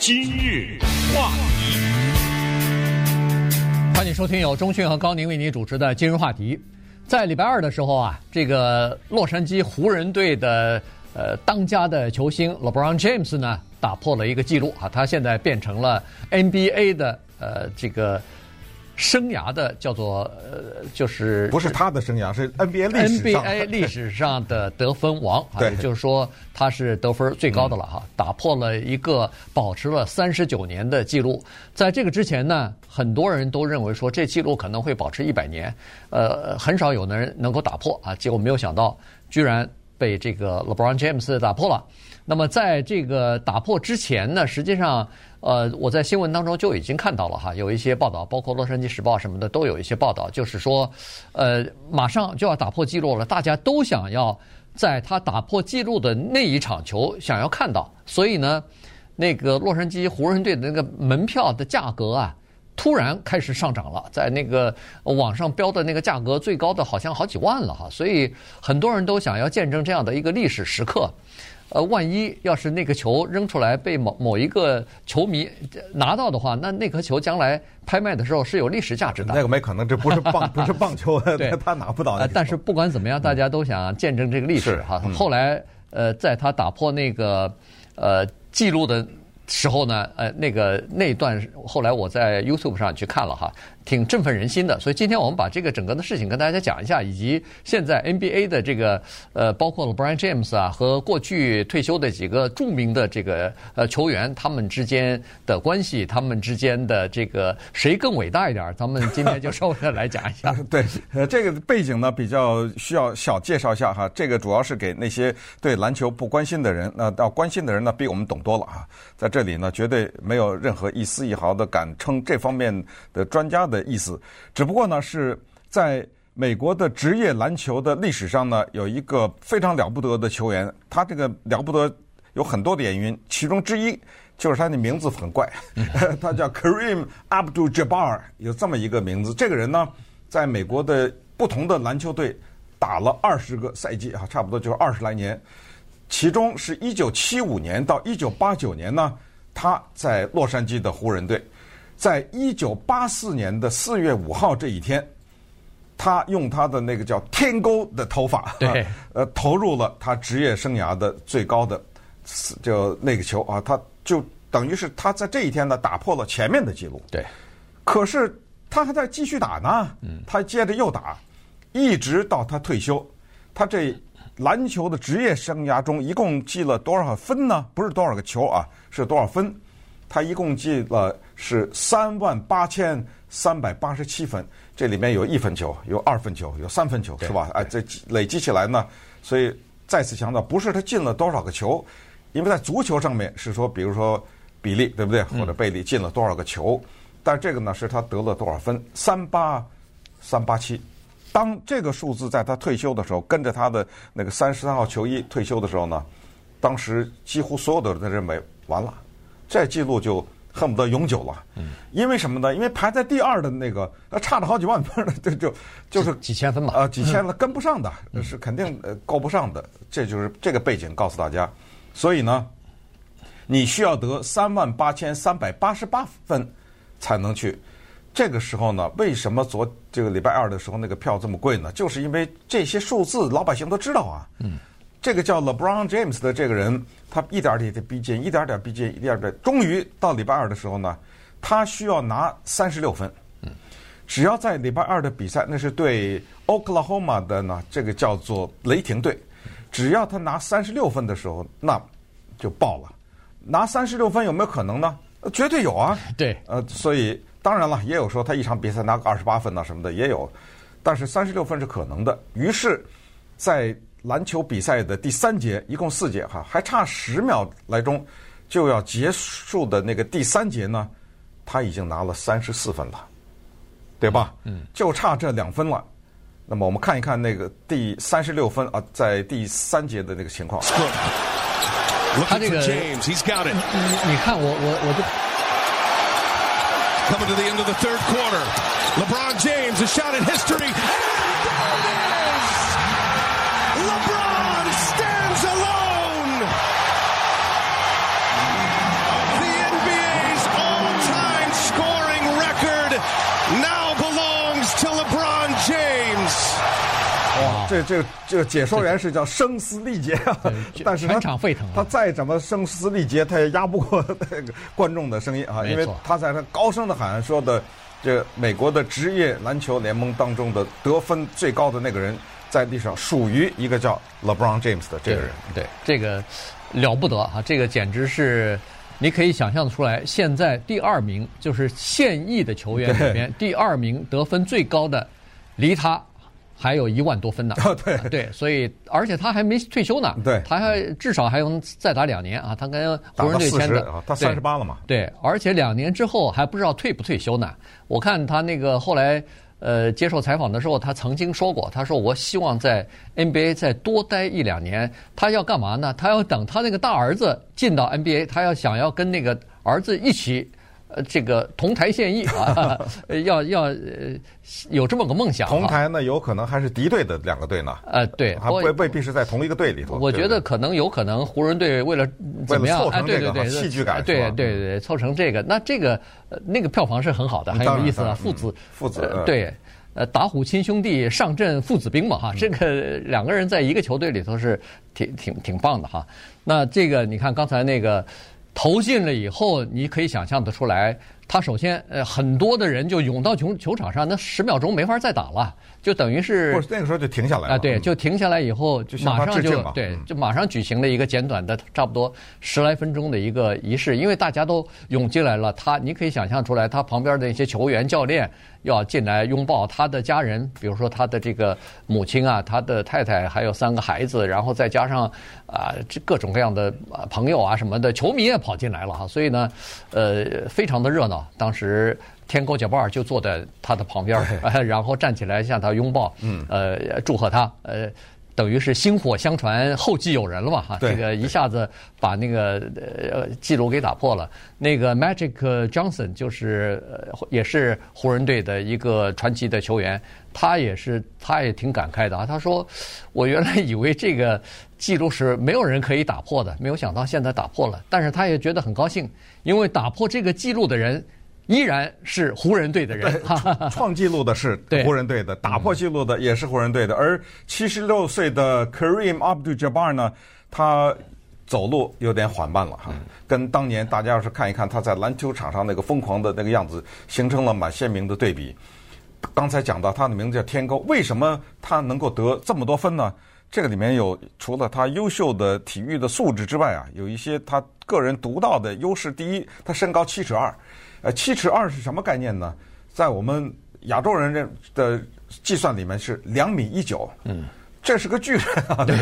今日话题， 欢迎收听由钟迅和高宁为您主持的今日话题。在礼拜二的时候啊，这个洛杉矶湖人队的当家的球星 LeBron James 呢，打破了一个记录啊，他现在变成了 NBA 的这个生涯的叫做就是不是他的生涯，是 NBA 历史上的得分王啊， 对， 也就是说他是得分最高的了哈，打破了一个保持了39年的记录。在这个之前呢，很多人都认为说这记录可能会保持100年，很少有人能够打破啊，结果没有想到居然被这个 LeBron James 打破了。那么在这个打破之前呢，实际上我在新闻当中就已经看到了哈，有一些报道，包括洛杉矶时报什么的都有一些报道，就是说马上就要打破记录了，大家都想要在他打破记录的那一场球想要看到，所以呢，那个洛杉矶湖人队的那个门票的价格啊，突然开始上涨了，在那个网上标的那个价格最高的好像好几万了哈，所以很多人都想要见证这样的一个历史时刻。万一要是那个球扔出来被某一个球迷拿到的话，那颗球将来拍卖的时候是有历史价值的。 那个没可能，这不是棒球，他拿不到。 但是不管怎么样，大家都想见证这个历史哈。后来在他打破那个记录的时候呢，那一段后来我在 YouTube 上去看了哈，挺振奋人心的。所以今天我们把这个整个的事情跟大家讲一下，以及现在 NBA 的这个包括了 LeBron James 啊和过去退休的几个著名的这个球员，他们之间的关系，他们之间的这个谁更伟大一点，咱们今天就稍微的来讲一下。 对，这个背景呢比较需要小介绍一下哈。这个主要是给那些对篮球不关心的人，要关心的人呢比我们懂多了啊。在这里呢，绝对没有任何一丝一毫的敢称这方面的专家的意思，只不过呢是在美国的职业篮球的历史上呢，有一个非常了不得的球员，他这个了不得有很多的原因，其中之一就是他的名字很怪，他叫 Kareem Abdul-Jabbar， 有这么一个名字。这个人呢，在美国的不同的篮球队打了20个赛季啊，差不多就是20来年。其中是1975年到1989年呢，他在洛杉矶的湖人队，在1984年的4月5号这一天，他用他的那个叫天钩的头发，投入了他职业生涯的最高的就那个球啊，他就等于是他在这一天呢打破了前面的记录。 对， 可是他还在继续打呢，他接着又打，一直到他退休，他这篮球的职业生涯中一共记了多少分呢？不是多少个球啊，是多少分？他一共记了是38387分，这里面有1分球，有2分球，有3分球，是吧？这累积起来呢，所以再次强调，不是他进了多少个球，因为在足球上面是说，比如说比利，对不对？或者贝利进了多少个球，但这个呢是他得了多少分，38387。当这个数字在他退休的时候，跟着他的那个33号球衣退休的时候呢，当时几乎所有的人都认为完了，这记录就恨不得永久了。因为什么呢？因为排在第2的那个差了好几万分，就是几千分吧， 几千了跟不上的，是肯定够不上的。这就是这个背景告诉大家。所以呢，你需要得38388分才能去。这个时候呢，为什么这个礼拜二的时候那个票这么贵呢？就是因为这些数字老百姓都知道啊。这个叫 LeBron James 的这个人，他一点点的逼近，一点点逼近，一点点，终于到礼拜二的时候呢，他需要拿36分。只要在礼拜二的比赛，那是对 Oklahoma 的呢，这个叫做雷霆队，只要他拿36分的时候，那就爆了。拿36分有没有可能呢？绝对有啊。 对， 所以。当然了，也有说他一场比赛拿个28分啊什么的也有，但是36分是可能的。于是，在篮球比赛的第3节，一共4节哈，还差10秒来钟就要结束的那个第3节呢，他已经拿了34分了，对吧？就差这2分了。那么我们看一看那个第36分啊，在第3节的那个情况。 他这个，你看我就。 Coming to the end of the third quarter. LeBron James, a shot in history. LeBron stands alone. The NBA 这个解说员是叫声嘶力竭啊，但是全场沸腾， 他再怎么声嘶力竭，他也压不过那个观众的声音啊，因为他在那高声的喊说的，这美国的职业篮球联盟当中的得分最高的那个人，在历史上属于一个叫 LeBron James 的这个人。 对，这个了不得啊，这个简直是。你可以想象出来，现在第2名就是现役的球员里边，第2名得分最高的，离他还有1万多分呢。对，所以而且他还没退休呢， 对， 他还至少还能再打2年啊。他跟湖人队签的， 他38了嘛。 对，而且2年之后还不知道退不退休呢。我看他那个后来。接受采访的时候，他曾经说过，他说我希望在 NBA 再多待1-2年。他要干嘛呢？他要等他那个大儿子进到 NBA， 他想要跟那个儿子一起，这个同台献艺啊，要有这么个梦想。 同台呢，有可能还是敌对的2个队呢。 对， 还未必是在同一个队里头。 我觉得有可能湖人队为了怎么样， 凑成这个戏剧感， 对，凑成这个，那这个那个票房是很好的，很有意思啊。父子对。打虎亲兄弟，上阵父子兵嘛哈，这个2个人在一个球队里头是挺棒的哈。那这个你看刚才那个投进了以后，你可以想象得出来，他首先很多的人就涌到球场上，那10秒钟没法再打了，就等于是不是那个时候就停下来了对，就停下来以后，马上就马上举行了一个简短的差不多10来分钟的一个仪式，因为大家都涌进来了，你可以想象出来，他旁边的一些球员、教练要进来拥抱他的家人，比如说他的这个母亲啊，他的太太，还有3个孩子，然后再加上这各种各样的朋友啊什么的，球迷也跑进来了哈，所以呢，非常的热闹。当时天狗脚伴就坐在他的旁边，然后站起来向他拥抱，祝贺他，等于是薪火相传，后继有人了嘛哈，这个一下子把那个记录给打破了。那个 Magic Johnson 就是也是湖人队的一个传奇的球员，他也挺感慨的啊。他说：“我原来以为这个记录是没有人可以打破的，没有想到现在打破了。但是他也觉得很高兴，因为打破这个记录的人。”依然是湖人队的人， 创纪录的是湖人队的，打破纪录的也是湖人队的。而76岁的 Kareem Abdul-Jabbar 呢，他走路有点缓慢了哈，跟当年大家要是看一看他在篮球场上那个疯狂的那个样子，形成了蛮鲜明的对比。刚才讲到他的名字叫天勾，为什么他能够得这么多分呢？这个里面有除了他优秀的体育的素质之外啊，有一些他个人独到的优势。第一，他身高7尺2。7尺2是什么概念呢？在我们亚洲人的计算里面是2米19，这是个巨人啊！ 对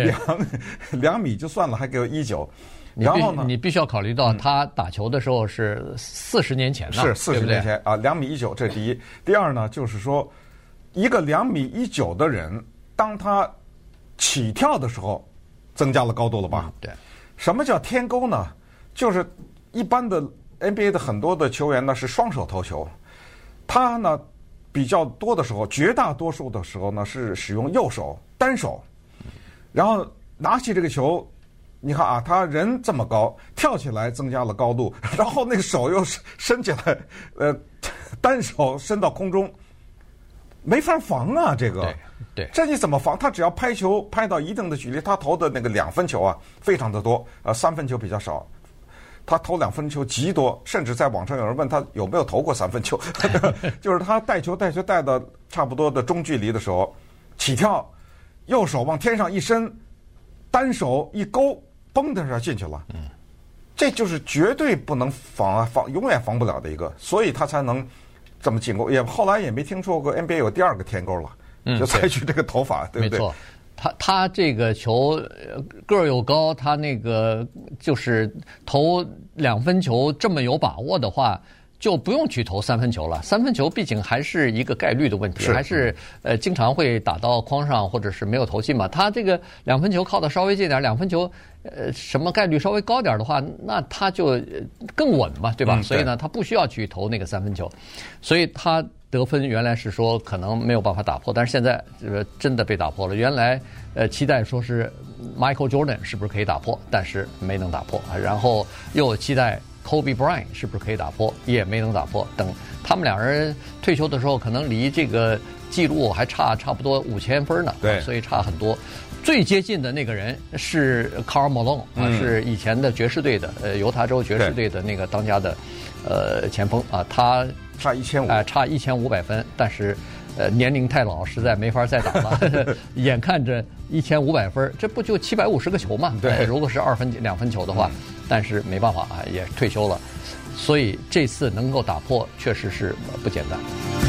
，2米就算了，还给我19。然后呢， 你必须要考虑到他打球的时候是40年前呢， 是40年前啊，2米19，这是第一。第二呢，就是说，一个2米19的人，当他起跳的时候，增加了高度了吧？ 对。 什么叫天勾呢？就是一般的。NBA 的很多的球员呢是双手投球，他呢比较多的时候，绝大多数的时候呢是使用右手单手，然后拿起这个球，你看啊，他人这么高，跳起来增加了高度，然后那个手又伸起来，单手伸到空中，没法防啊，这个。 对， 这你怎么防？他只要拍球拍到一定的距离，他投的那个2分球啊，非常的多，3分球比较少。他投2分球极多，甚至在网上有人问他有没有投过3分球，就是他带球带到差不多的中距离的时候，起跳，右手往天上一伸，单手一勾，嘣的上进去了。这就是绝对不能防，永远防不了的一个，所以他才能这么进攻。后来也没听说过 NBA 有第2个天勾了，就采取这个投法，对不对？ 没错。他这个球个儿又高，他那个就是投2分球这么有把握的话，就不用去投3分球了。3分球毕竟还是一个概率的问题，还是经常会打到框上或者是没有投进嘛。他这个2分球靠得稍微近点，2分球什么概率稍微高点的话，那他就更稳嘛，对吧？所以呢，他不需要去投那个3分球，所以他。得分原来是说可能没有办法打破，但是现在真的被打破了。原来期待说是 Michael Jordan 是不是可以打破，但是没能打破。然后又期待 Kobe Bryant 是不是可以打破，也没能打破。等他们两人退休的时候，可能离这个记录还差不多5000分呢， 对， 所以差很多。最接近的那个人是 Karl Malone 是以前的爵士队的犹他州爵士队的那个当家的前锋啊，他差1500， 差1500分，但是年龄太老，实在没法再打了。眼看着1500分，这不就750个球嘛？ 对， 如果是2分球的话，但是没办法啊，也退休了。所以这次能够打破，确实是不简单。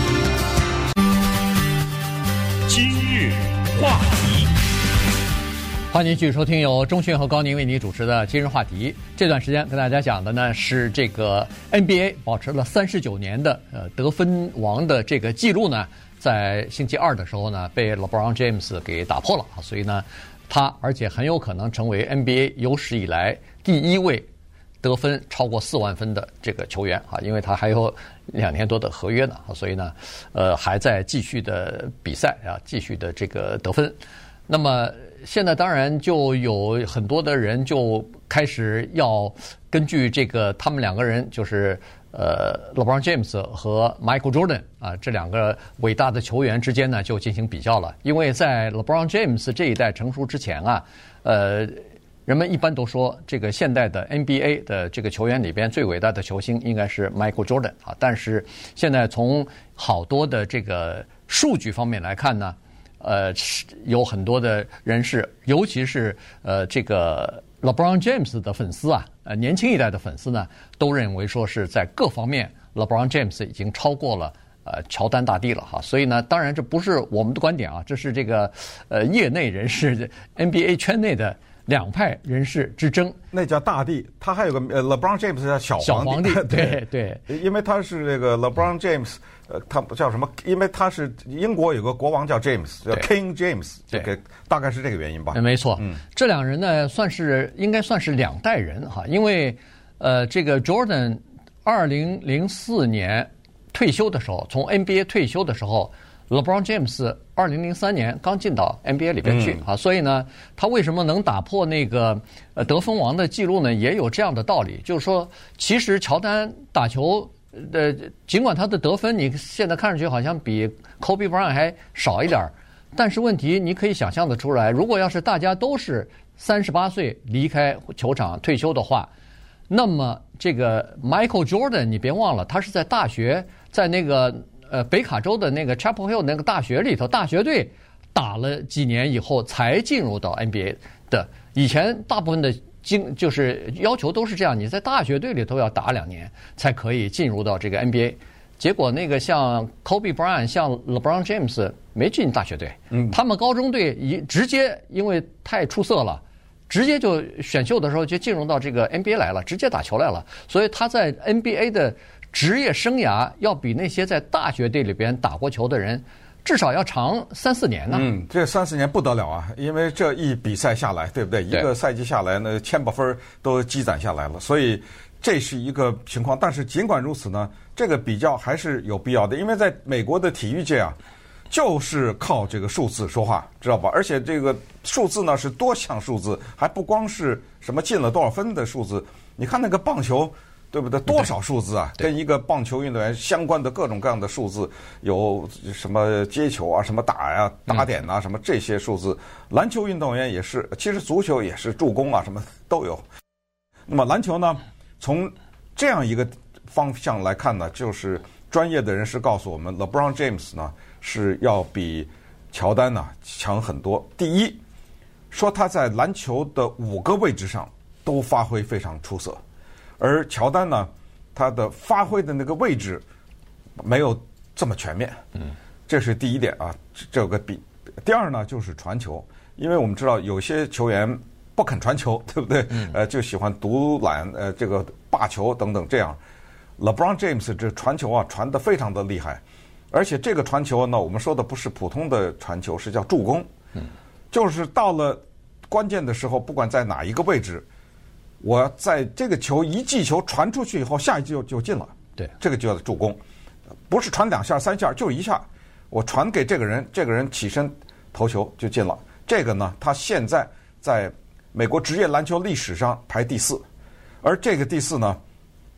今日话题。 欢迎继续收听由钟迅和高宁为你主持的今日话题。这段时间跟大家讲的呢是这个 NBA 保持了39年的得分王的这个记录呢，在星期二的时候呢被 LeBron James 给打破了，所以呢他而且很有可能成为 NBA 有史以来第一位得分超过4万分的这个球员啊，因为他还有2年多的合约呢，所以呢还在继续的比赛啊，继续的这个得分。那么现在当然就有很多的人就开始要根据这个他们两个人就是LeBron James 和 Michael Jordan 啊这两个伟大的球员之间呢就进行比较了，因为在 LeBron James 这一代成熟之前啊，人们一般都说这个现代的 NBA 的这个球员里边最伟大的球星应该是 Michael Jordan 啊，但是现在从好多的这个数据方面来看呢，有很多的人士，尤其是这个 LeBron James 的粉丝啊，年轻一代的粉丝呢，都认为说是在各方面 LeBron James 已经超过了乔丹大帝了哈。所以呢，当然这不是我们的观点啊，这是这个业内人士 NBA 圈内的两派人士之争。 那叫大帝，他还有个LeBron James 叫小皇帝， 对对， 因为他是这个 LeBron James，他叫什么？因为他是英国有个国王叫 James， 叫 King James， 这个大概是这个原因吧。 没错，这两人呢应该算是两代人哈，因为这个 Jordan 2004年退休的时候，从 NBA 退休的时候。LeBron James 2003年刚进到 NBA 里边去啊，所以呢，他为什么能打破那个得分王的记录呢？也有这样的道理，就是说，其实乔丹打球尽管他的得分你现在看上去好像比 Kobe Bryant 还少一点，但是问题你可以想象得出来，如果要是大家都是38岁离开球场退休的话，那么这个 Michael Jordan 你别忘了，他是在大学在那个。北卡州的那个 Chapel Hill 那个大学里头，大学队打了几年以后才进入到 NBA 的。以前大部分的就是要求都是这样，你在大学队里头要打2年才可以进入到这个 NBA。结果那个像 Kobe Bryant、像 LeBron James 没进大学队，他们高中队直接因为太出色了，直接就选秀的时候就进入到这个 NBA 来了，直接打球来了。所以他在 NBA 的职业生涯要比那些在大学队里边打过球的人至少要长3-4年呢。 这3-4年不得了啊，因为这一比赛下来，对不对？一个赛季下来呢，1000把分都积攒下来了，所以这是一个情况。但是尽管如此呢，这个比较还是有必要的，因为在美国的体育界啊，就是靠这个数字说话，知道吧？而且这个数字呢是多项数字，还不光是什么进了多少分的数字。你看那个棒球。对不对？多少数字啊？跟一个棒球运动员相关的各种各样的数字，有什么接球啊，什么打呀、打点啊，什么这些数字。篮球运动员也是，其实足球也是助攻啊，什么都有。那么篮球呢，从这样一个方向来看呢，就是专业的人士告诉我们 ，LeBron James 呢是要比乔丹呢强很多。第一，说他在篮球的5个位置上都发挥非常出色。而乔丹呢，他的发挥的那个位置没有这么全面，这是第一点啊，这个比。第二呢，就是传球，因为我们知道有些球员不肯传球，对不对？就喜欢独揽这个霸球等等这样。LeBron James 这传球啊，传得非常的厉害，而且这个传球呢，我们说的不是普通的传球，是叫助攻，就是到了关键的时候，不管在哪一个位置。我在这个球一记球传出去以后，下一记就进了。 对， 这个就叫助攻，不是传2下3下，就1下，我传给这个人，这个人起身投球就进了。这个呢，他现在在美国职业篮球历史上排第4，而这个第4呢，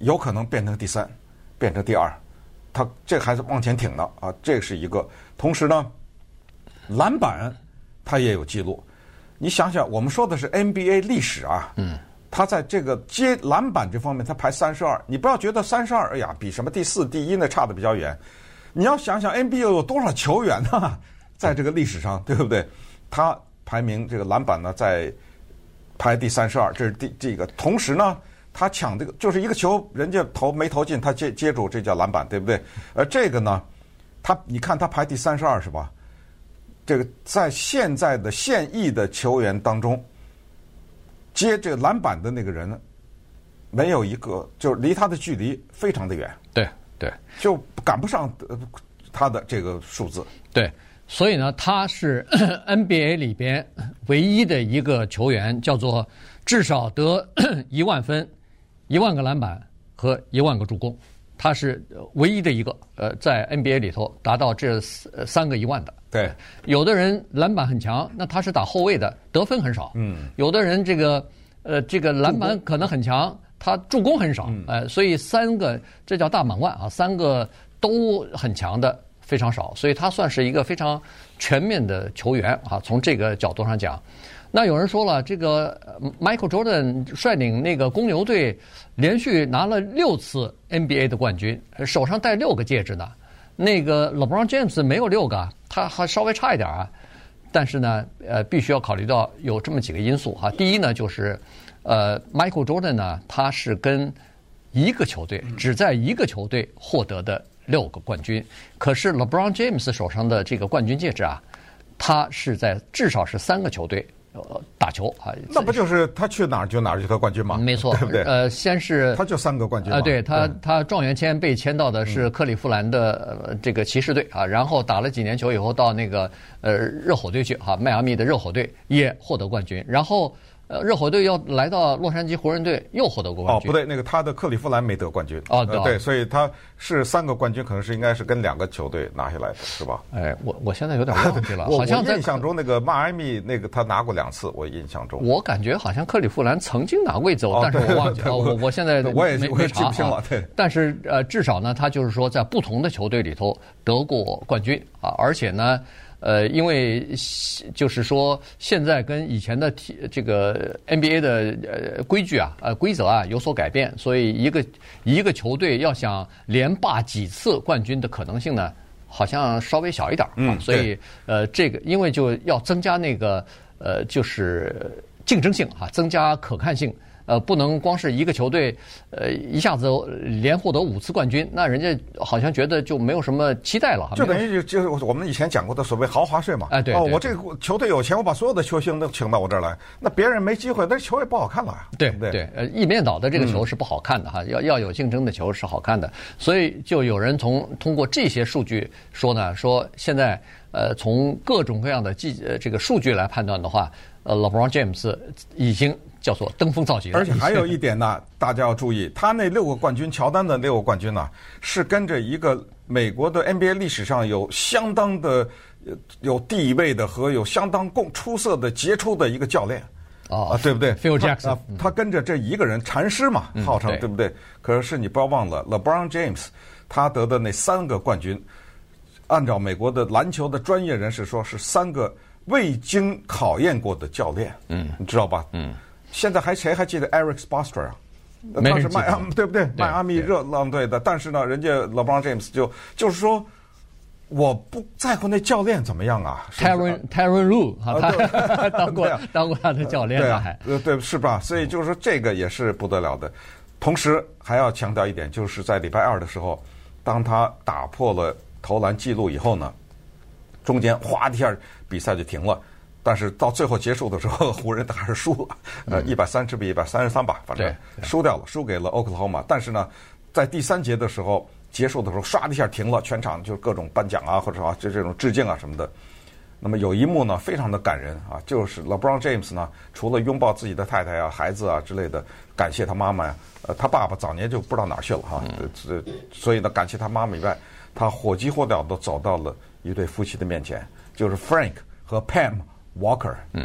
有可能变成第3，变成第2，他这还是往前挺呢啊，这是一个。同时呢，篮板他也有记录。你想想，我们说的是 NBA 历史啊，他在这个接篮板这方面他排32，你不要觉得32，哎呀，比什么第4、第1呢差得比较远。你要想想 NBA 有多少球员呢，在这个历史上，对不对？他排名这个篮板呢在排第32，这是这个。同时呢，他抢这个就是一个球，人家没投进，他接住，这叫篮板，对不对？这个呢，你看他排第32是吧？这个在现在的现役的球员当中，接这个篮板的那个人，没有一个，就是离他的距离非常的远， 对， 就赶不上他的这个数字。 对，所以呢，他是 NBA 里边唯一的一个球员，叫做至少得1万分、1万个篮板和1万个助攻。他是唯一的一个在 NBA 里头达到这3个1万的。 对， 有的人篮板很强，那他是打后卫的，得分很少。有的人这个篮板可能很强，他助攻很少。所以3个这叫大满贯啊，3个都很强的非常少，所以他算是一个非常全面的球员啊。从这个角度上讲。那有人说了，这个 Michael Jordan 率领那个公牛队连续拿了6次 NBA 的冠军，手上戴6个戒指呢。那个 LeBron James 没有6个，他还稍微差一点啊。但是呢，必须要考虑到有这么几个因素哈。第一呢，就是Michael Jordan 呢，他是跟一个球队只在一个球队获得的6个冠军，可是 LeBron James 手上的这个冠军戒指啊，他是在至少是3个球队。打球啊， 那不就是他去哪儿就得冠军吗？ 没错， 对不对？ 先是他就3个冠军对他状元签被签到的是克利夫兰的这个骑士队啊，然后打了几年球以后到那个热火队去啊，迈阿密的热火队也获得冠军，然后热火队要来到洛杉矶湖人队又获得过冠军。 不对，那个他的克利夫兰没得冠军。对，所以他是3个冠军，可能应该是跟2个球队拿下来的，是吧？ 我现在有点忘记了，好像我印象中那个迈阿密那个他拿过2次，我印象中。 我感觉好像克利夫兰曾经拿过一次，但是我忘记了。我现在我也没查记不清了。对， 但是至少呢，他就是说在不同的球队里头得过冠军啊，而且呢。因为就是说，现在跟以前的这个 NBA 的规矩啊、规则啊有所改变，所以一个球队要想连霸几次冠军的可能性呢，好像稍微小一点。所以这个因为就要增加那个就是竞争性啊，增加可看性。不能光是一个球队，一下子连获得5次冠军，那人家好像觉得就没有什么期待了。 就等于就是我们以前讲过的所谓豪华税嘛。 对。 我这个球队有钱，我把所有的球星都请到我这儿来，那别人没机会，那球也不好看了呀。 对不对？ 一面倒的这个球是不好看的哈，要有竞争的球是好看的。所以就有人通过这些数据说呢，说现在从各种各样的这个数据来判断的话，LeBron James 已经叫做登峰造极了。 而且还有一点呢，大家要注意，他那6个冠军，乔丹的6个冠军呢，是跟着一个美国的 NBA 历史上有相当的有地位的和有相当出色的杰出的一个教练对不对 ？Phil Jackson， 他跟着这一个人禅师嘛，号称对不对？可是你不要忘了 LeBron James， 他得的那3个冠军，按照美国的篮球的专业人士说，是3个未经考验过的教练。你知道吧？现在谁还记得 Eric Spoelstra 啊？他是对不对？迈阿密热浪队的，但是呢，人家 LeBron James 就是说，我不在乎那教练怎么样啊。 Tyronn Lue 他当过他的教练啊，对是吧？所以就是说这个也是不得了的。同时还要强调一点，就是在礼拜2的时候，当他打破了投篮记录以后呢，中间哗一下比赛就停了。但是到最后结束的时候，湖人还是输了，130比133吧，反正输掉了，输给了 Oklahoma。但是呢，在第3节的时候结束的时候，唰的一下停了，全场就各种颁奖啊，或者就这种致敬啊什么的。那么有一幕呢，非常的感人啊，就是 LeBron James 呢，除了拥抱自己的太太啊、孩子啊之类的，感谢他妈妈呀，他爸爸早年就不知道哪儿去了哈，所以呢，感谢他妈妈以外，他火急火燎地走到了一对夫妻的面前，就是 Frank 和 Pam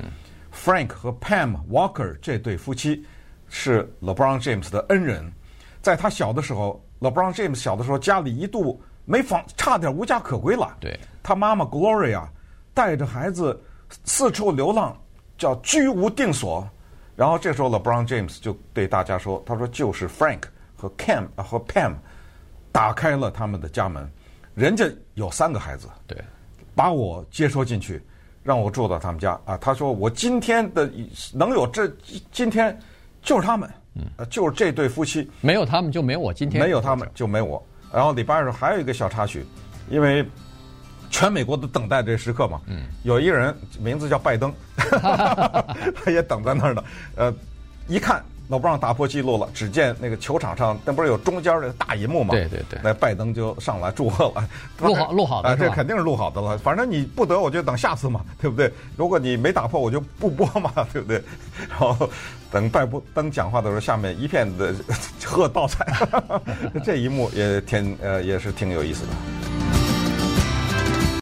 Walker。Frank 和 Pam Walker 这对夫妻是 LeBron James 的恩人， 在他小的时候 ，LeBron James 小的时候，家里一度没房，差点无家可归了。 对， 他妈妈 Gloria 带着孩子四处流浪，叫居无定所。然后这时候 LeBron James 就对大家说：“他说就是 Frank 和 Pam 打开了他们的家门，人家有3个孩子， 对， 把我接收进去，让我住到他们家啊。他说我今天的能有今天就是他们，就是这对夫妻， 没有他们就没有我今天， 没有他们就没我。然后礼拜二还有一个小插曲，因为全美国都等待这时刻嘛，有一个人名字叫拜登，他也等在那儿呢。一看LeBron打破纪录了，只见那个球场上那不是有中间的大银幕嘛？ 对， 那拜登就上来祝贺了， 录好的， 这肯定是录好的了。反正你不得，我就等下次嘛，对不对？如果你没打破，我就不播嘛，对不对？然后等拜登讲话的时候，下面一片的喝倒彩，这一幕也是挺有意思的。